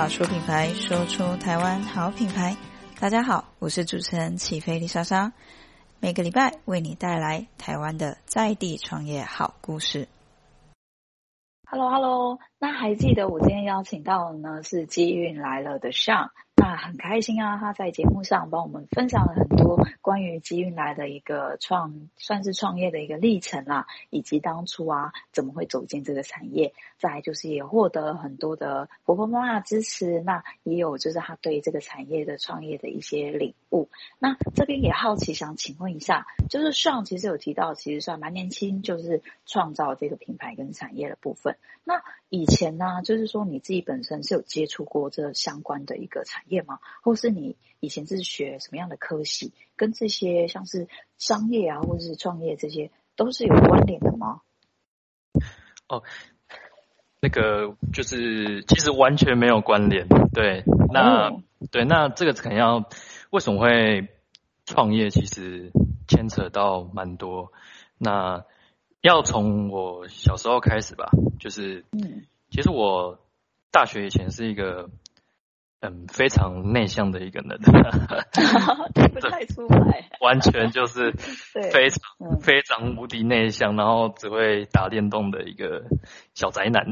说品牌，说出台湾好品牌。大家好，我是主持人起飞丽莎莎，每个礼拜为你带来台湾的在地创业好故事。Hello， 那还记得我今天邀请到的呢是机运来了的 Sean， 那很开心啊，他在节目上帮我们分享了很多关于机运来的一个算是创业的一个历程啦，以及当初啊怎么会走进这个产业，再来就是也获得很多的婆婆妈妈的支持，那也有就是他对这个产业的创业的一些领悟。那这边也好奇想请问一下，就是 Sean 其实有提到其实算蛮年轻，就是创造这个品牌跟产业的部分。那以前呢，就是说你自己本身是有接触过这相关的一个产业吗？或是你以前是学什么样的科系，跟这些像是商业啊，或者是创业这些都是有关联的吗？ 哦，那个就是其实完全没有关联。对，那这个可能要为什么会创业，其实牵扯到蛮多。那要从我小时候开始吧，就是其实我大学以前是一个非常内向的一个人， 听不太出来， 完全就是非常无敌内向，然后只会打电动的一个小宅男。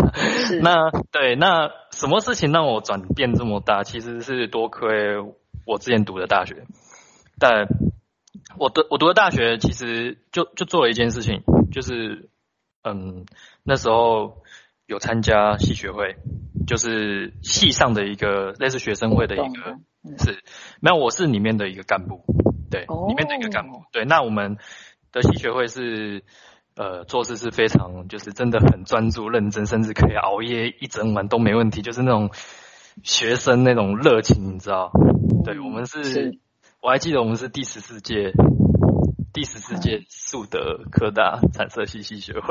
那什么事情让我转变这么大？其实是多亏我之前读的大学。但我读的大学其实就做了一件事情，就是那时候有参加系学会，就是系上的一个类似学生会的一个，没有，我是里面的一个干部，对，里面的一个干部，对。那我们的系学会是做事是非常就是真的很专注认真，甚至可以熬夜一整晚都没问题，就是那种学生那种热情，你知道？对，我们是。我还记得我们是第14届树德科大产色系系学会。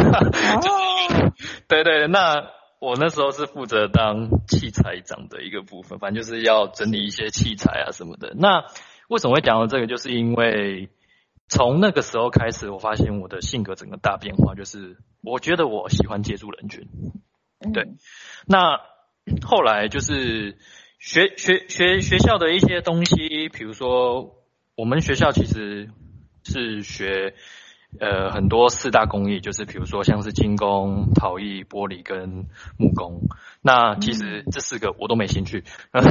对，那我那时候是负责当器材长的一个部分，反正就是要整理一些器材啊什么的。那为什么会讲到这个，就是因为从那个时候开始，我发现我的性格整个大变化，就是我觉得我喜欢接触人群。对，那后来就是学校的一些东西，比如说我们学校其实是学很多4大工艺，就是比如说像是金工、陶艺、玻璃跟木工。那其实这4个我都没兴趣。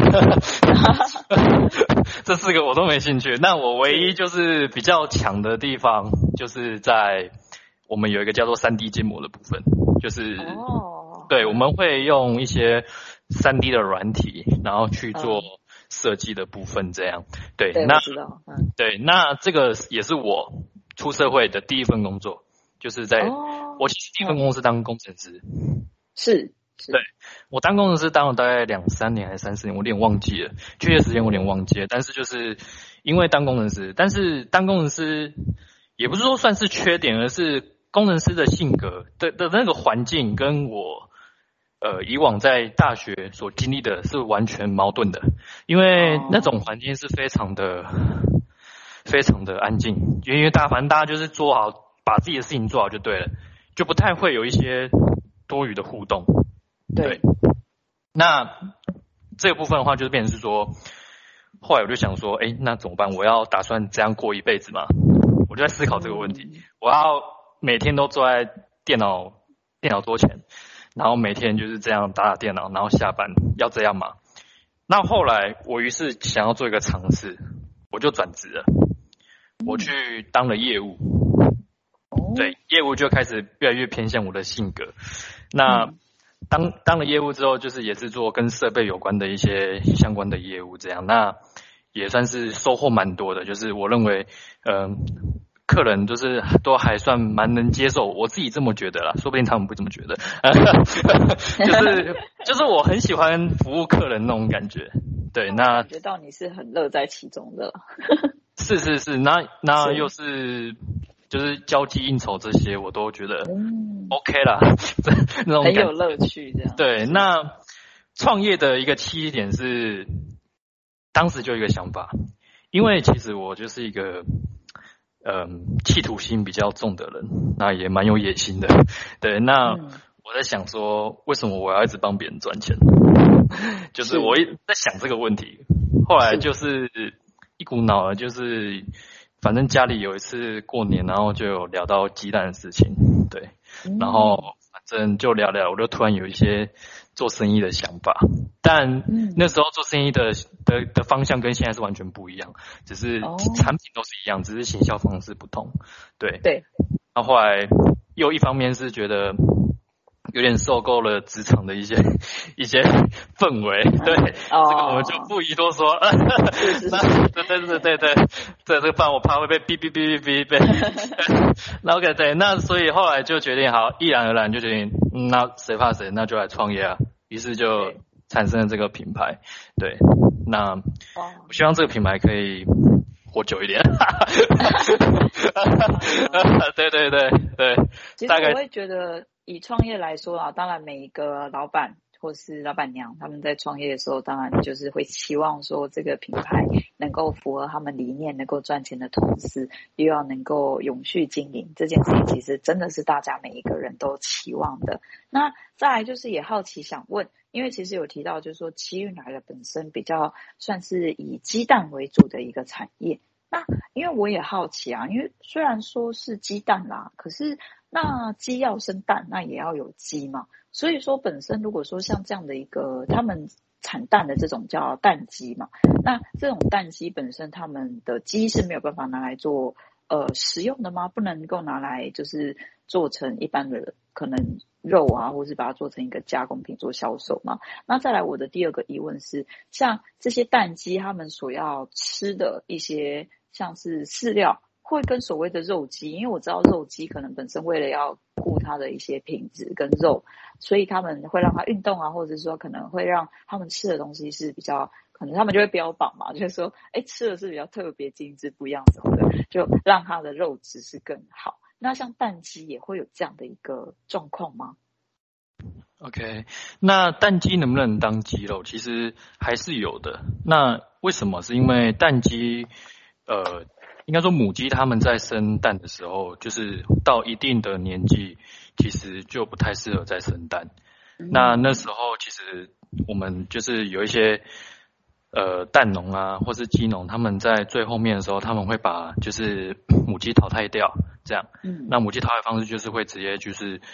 这4个我都没兴趣。那我唯一就是比较强的地方，就是在我们有一个叫做 3D 建模的部分，就是对，我们会用一些3D 的软体，然后去做设计的部分，这样。对，那对，那这个也是我出社会的第一份工作，就是我其实第一份工作是当工程师。 是。 对，我当工程师当了大概2-3年还是3-4年，我有点忘记了，确切时间我有点忘记了。但是就是因为当工程师，但是当工程师也不是说算是缺点，而是工程师的性格的那个环境跟我以往在大学所经历的是完全矛盾的，因为那种环境是非常的安静，因为反正大家就是做好，把自己的事情做好就对了，就不太会有一些多余的互动。对，那这个部分的话，就是变成是说，后来我就想说，那怎么办？我要打算这样过一辈子吗？我就在思考这个问题。我要每天都坐在电脑桌前，然后每天就是这样打电脑，然后下班要这样吗？那后来我于是想要做一个尝试，我就转职了，我去当了业务。对，业务就开始越来越偏向我的性格。那当了业务之后，就是也是做跟设备有关的一些相关的业务，这样。那也算是收获蛮多的，就是我认为客人就是都还算蛮能接受，我自己这么觉得啦，说不定他们不这么觉得。就是我很喜欢服务客人那种感觉。对，那感觉到你是很乐在其中的。 是，那又是就是交际应酬这些我都觉得 OK 啦，那种感觉很有乐趣这样。 对，那创业的一个契机点是当时就有一个想法，因为其实我就是一个企图心比较重的人，那也蛮有野心的。对，那我在想说，为什么我要一直帮别人赚钱？ 就是我在想这个问题，后来就是一股脑儿，就是反正家里有一次过年，然后就有聊到鸡蛋的事情，对，然后反正就聊聊，我就突然有一些做生意的想法，但那时候做生意的方向跟现在是完全不一样，只是产品都是一样，只是行销方式不同，对。然后后来又一方面是觉得有点受够了职场的一些氛围，对，这个我们就不宜多说。对，这个饭我怕会被哔。那 OK 对，那所以后来就决定好，毅然而然就决定，那谁怕谁，那就来创业啊。于是就产生了这个品牌，对，那我希望这个品牌可以活久一点。对。 其实我会觉得以创业来说啊，当然每一个老板或是老板娘他们在创业的时候，当然就是会期望说这个品牌能够符合他们理念，能够赚钱的同时，又要能够永续经营。这件事情其实真的是大家每一个人都期望的。那再来就是也好奇想问，因为其实有提到就是说奇运来了本身比较算是以鸡蛋为主的一个产业。那因为我也好奇啊，因为虽然说是鸡蛋啦，可是那鸡要生蛋，那也要有鸡嘛。所以说本身如果说像这样的一个他们产蛋的这种叫蛋鸡嘛，那这种蛋鸡本身他们的鸡是没有办法拿来做食用的吗？不能够拿来就是做成一般的可能肉啊，或是把它做成一个加工品做销售吗？那再来我的第二个疑问是，像这些蛋鸡他们所要吃的一些像是饲料，会跟所谓的肉鸡，因为我知道肉鸡可能本身为了要顾它的一些品质跟肉，所以他们会让它运动啊，或者说可能会让他们吃的东西是比较，可能他们就会标榜嘛，就是说吃的是比较特别精致不一样什么的，就让它的肉质是更好。那像蛋鸡也会有这样的一个状况吗？ OK， 那蛋鸡能不能当鸡肉？其实还是有的。那为什么？是因为蛋鸡应该说母鸡它们在生蛋的时候，就是到一定的年纪，其实就不太适合再生蛋。那时候其实我们就是有一些蛋农啊，或是鸡农，他们在最后面的时候，他们会把就是母鸡淘汰掉，这样。那母鸡淘汰方式就是会直接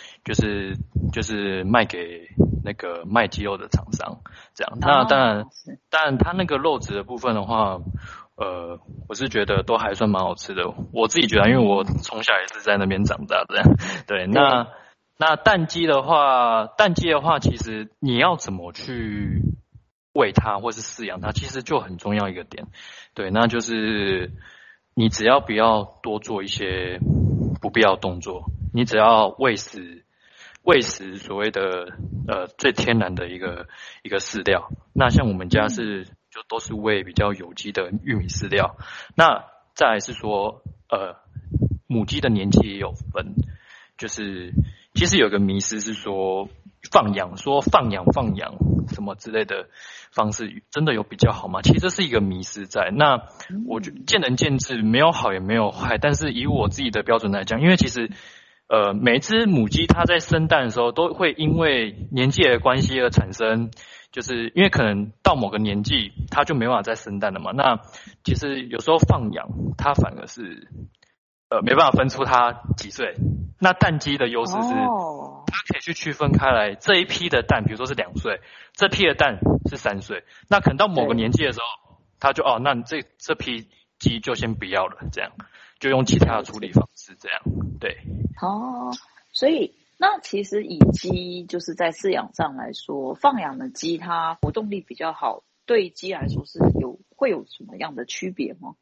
就是卖给那个卖鸡肉的厂商，这样。那当然它那个肉质的部分的话，我是觉得都还算蛮好吃的。我自己觉得，因为我从小也是在那边长大的。对，那蛋鸡的话，其实你要怎么去喂它或是饲养它，其实就很重要一个点。对，那就是你只要不要多做一些不必要动作，你只要喂食所谓的最天然的一个饲料。那像我们家就都是喂比较有机的玉米饲料。那再来是说母鸡的年纪也有分，就是其实有个迷思是说放养什么之类的方式真的有比较好吗？其实这是一个迷思在。那我觉得见仁见智，没有好也没有坏，但是以我自己的标准来讲，因为其实每一只母鸡它在生蛋的时候都会因为年纪的关系而产生，就是因为可能到某个年纪它就没办法再生蛋了嘛。那其实有时候放养它反而是没办法分出它几岁。那蛋鸡的优势是它可以去区分开来，这一批的蛋比如说是2岁，这批的蛋是3岁，那可能到某个年纪的时候它就那这批鸡就先不要了，这样就用其他的处理方式，这样。对。 所以那其实以鸡就是在饲养上来说，放养的鸡它活动力比较好，对鸡来说是会有什么样的区别吗？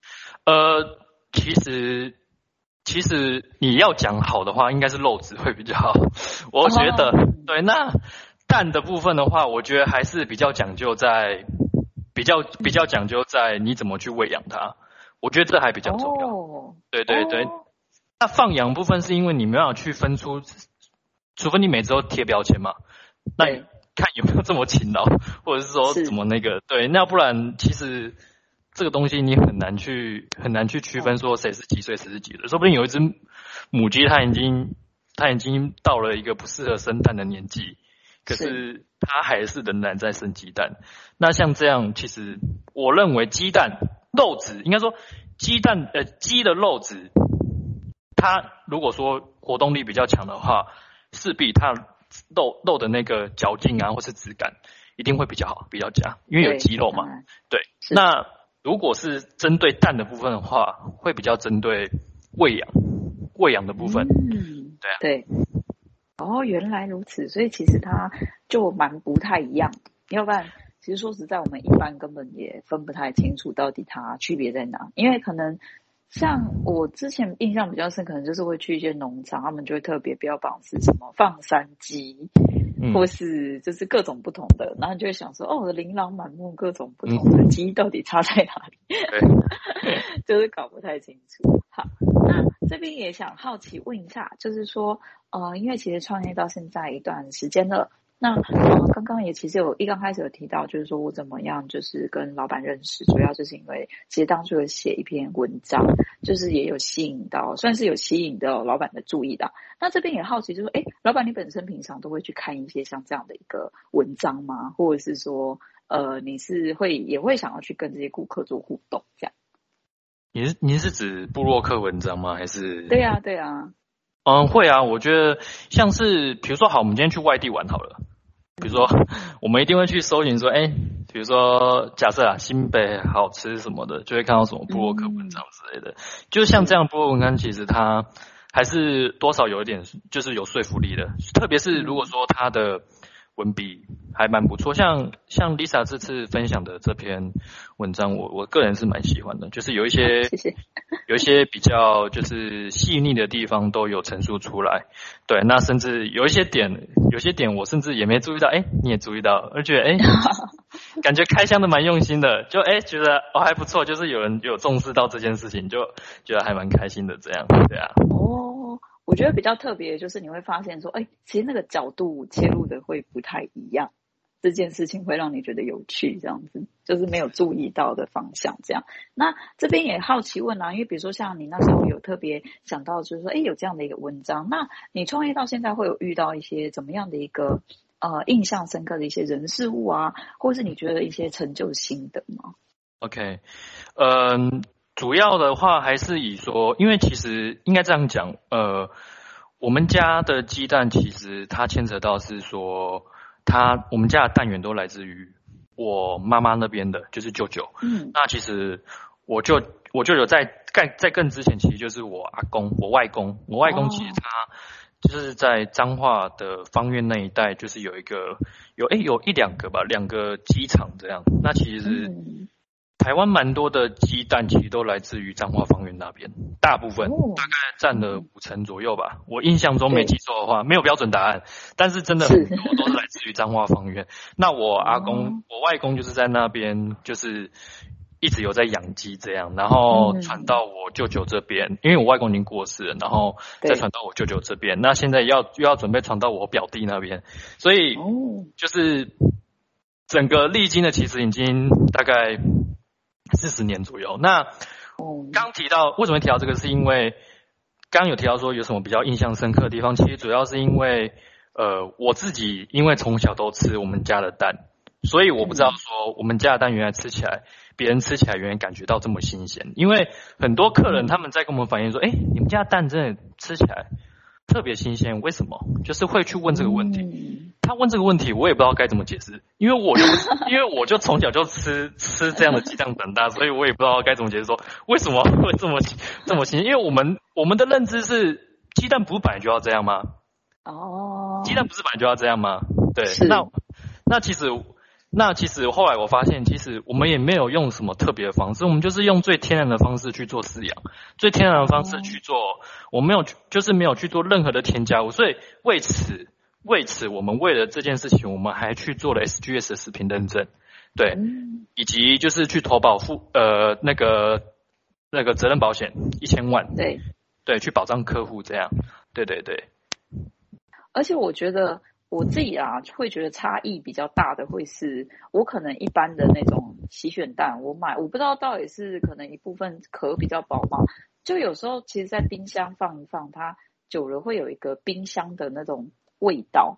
其实你要讲好的话，应该是肉质会比较好。我觉得对。那蛋的部分的话，我觉得还是比较讲究在你怎么去喂养它，我觉得这还比较重要。对。那放养部分是因为你没办法去分出，除非你每周贴标签嘛，那你看有没有这么勤劳，或者是说怎么那个。对，那不然其实这个东西你很难去区分说谁是几岁谁是几岁，说不定有一只母鸡它已经到了一个不适合生蛋的年纪， 可是它还是仍然在生鸡蛋。那像这样，其实我认为鸡蛋肉质，应该说鸡的肉质，它如果说活动力比较强的话，势必它肉的那个嚼劲啊，或是质感一定会比较好，比较佳，因为有鸡肉嘛。对，那如果是针对蛋的部分的话，会比较针对喂养的部分。对啊。 对。哦，原来如此，所以其实它就蛮不太一样，要不然其实说实在，我们一般根本也分不太清楚到底它区别在哪，因为可能像我之前印象比较深，可能就是会去一些农场，他们就会特别标榜是什么放山鸡，或是就是各种不同的，然后你就会想说，哦，琳琅满目各种不同的鸡到底差在哪里？就是搞不太清楚。好，那这边也想好奇问一下，就是说，因为其实创业到现在一段时间了，那刚刚也其实一刚开始有提到，就是说我怎么样就是跟老板认识，主要就是因为其实当初有写一篇文章，就是也有算是有吸引到老板的注意的。那这边也好奇，就是说，老板你本身平常都会去看一些像这样的一个文章吗？或者是说，你是也会想要去跟这些顾客做互动这样？ 你是指部落客文章吗？还是？ 对啊，对啊。 会啊，我觉得像是比如说好，我们今天去外地玩好了，比如说我们一定会去搜寻说，比如说假设新北好吃什么的，就会看到什么部落客文章之类的。就像这样部落文章，其实它还是多少有一点就是有说服力的，特别是如果说它的文笔还蛮不错，像 Lisa 这次分享的这篇文章，我个人是蛮喜欢的，就是有一些谢谢。 有一些比较就是细腻的地方都有陈述出来。对，那甚至有些点我甚至也没注意到，你也注意到，而且感觉开箱的蛮用心的，就觉得还不错，就是有人有重视到这件事情，就觉得还蛮开心的这样。对啊。 我觉得比较特别的就是你会发现说，其实那个角度切入的会不太一样，这件事情会让你觉得有趣，这样子就是没有注意到的方向这样。那这边也好奇问因为比如说像你那时候有特别想到就是说有这样的一个文章，那你创业到现在会有遇到一些怎么样的一个印象深刻的一些人事物啊，或是你觉得一些成就心得吗？ OK， 主要的话还是以说，因为其实应该这样讲，我们家的鸡蛋其实它牵扯到是说，我们家的蛋源都来自于我妈妈那边的，就是舅舅。那其实我舅舅在更之前，其实就是我外公其实他就是在彰化的芳苑那一带，就是有一两个吧，2个鸡场这样。那其实台湾蛮多的鸡蛋其实都来自于彰化芳苑那边，大部分大概占了50%左右吧。我印象中没记错的话，没有标准答案，但是真的很多都是来自于彰化芳苑。那我外公就是在那边，就是一直有在养鸡这样，然后传到我舅舅这边，因为我外公已经过世了，然后再传到我舅舅这边。那现在又要准备传到我表弟那边，所以就是整个历经的其实已经大概40年左右。那刚提到为什么提到这个，是因为刚有提到说有什么比较印象深刻的地方，其实主要是因为我自己因为从小都吃我们家的蛋，所以我不知道说我们家的蛋原来吃起来别人吃起来原来感觉到这么新鲜。因为很多客人他们在跟我们反映说，你们家的蛋真的吃起来特别新鲜，为什么？就是会去问这个问题。他问这个问题，我也不知道该怎么解释，因为我就从小就吃这样的鸡蛋长大，所以我也不知道该怎么解释说为什么会这么新鲜。因为我们的认知是鸡蛋不是本来就要这样吗？鸡蛋不是本来就要这样吗？对，那其实后来我发现，其实我们也没有用什么特别的方式，我们就是用最天然的方式去做饲养，最天然的方式去做，我没有去做任何的添加物，所以为此我们为了这件事情，我们还去做了 SGS 的食品认证，对，以及就是去投保那个责任保险1000万，对，去保障客户这样，对。 而且我觉得我自己会觉得差异比较大的会是，我可能一般的那种洗选蛋，我不知道到底是可能一部分壳比较薄嘛，就有时候其实在冰箱放一放，它久了会有一个冰箱的那种味道，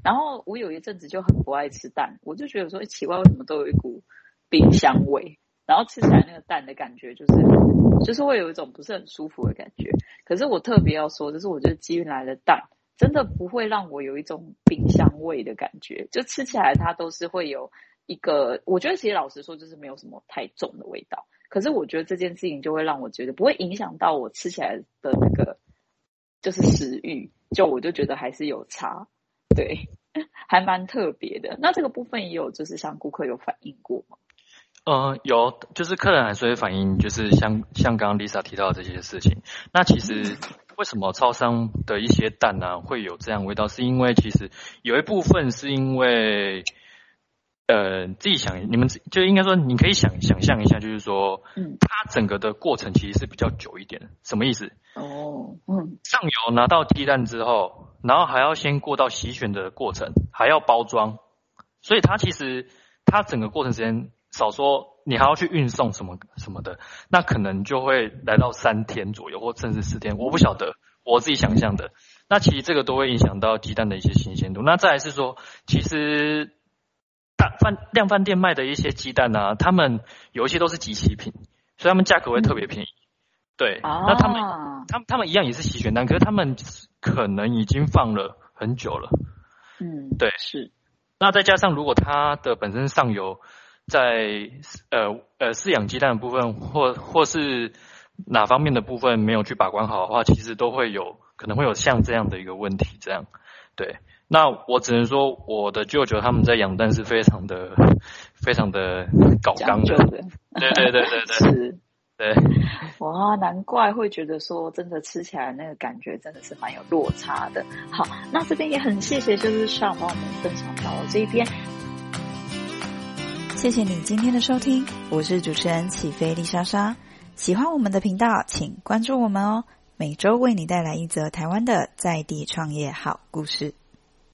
然后我有一阵子就很不爱吃蛋，我就觉得说奇怪，为什么都有一股冰箱味，然后吃起来那个蛋的感觉就是会有一种不是很舒服的感觉。可是我特别要说，就是我觉得基运来的蛋真的不会让我有一种冰箱味的感觉，就吃起来它都是会有一个，我觉得其实老实说就是没有什么太重的味道。可是我觉得这件事情就会让我觉得不会影响到我吃起来的那个就是食欲，我就觉得还是有差，对，还蛮特别的。那这个部分也有就是像顾客有反映过吗？ 有，就是客人还是会反映，就是像刚刚 Lisa 提到的这些事情。那其实为什么超商的一些蛋啊会有这样味道，是因为其实有一部分是因为自己想，你们就应该说你可以想象一下，就是说它整个的过程其实是比较久一点的。什么意思？上游拿到鸡蛋之后，然后还要先过到洗选的过程，还要包装，所以它其实它整个过程时间，少说你还要去运送什么什么的，那可能就会来到3天左右，或甚至4天，我不晓得，我自己想象的。那其实这个都会影响到鸡蛋的一些新鲜度。那再来是说，其实量贩店卖的一些鸡蛋啊，他们有一些都是即期品，所以他们价格会特别便宜。对，那他们一样也是洗选蛋，可是他们可能已经放了很久了。对， 是。 那再加上如果它的本身上游在饲养鸡蛋的部分或是哪方面的部分没有去把关好的话，其实都会可能会有像这样的一个问题。这样，对。那我只能说，我的舅舅他们在养蛋是非常的搞纲的。对， 是。 对， 哇，难怪会觉得说真的吃起来那个感觉真的是蛮有落差的。好，那这边也很谢谢就是Sean帮我们分享到这一边。谢谢你今天的收听，我是主持人起飞丽莎莎。喜欢我们的频道请关注我们哦，每周为你带来一则台湾的在地创业好故事。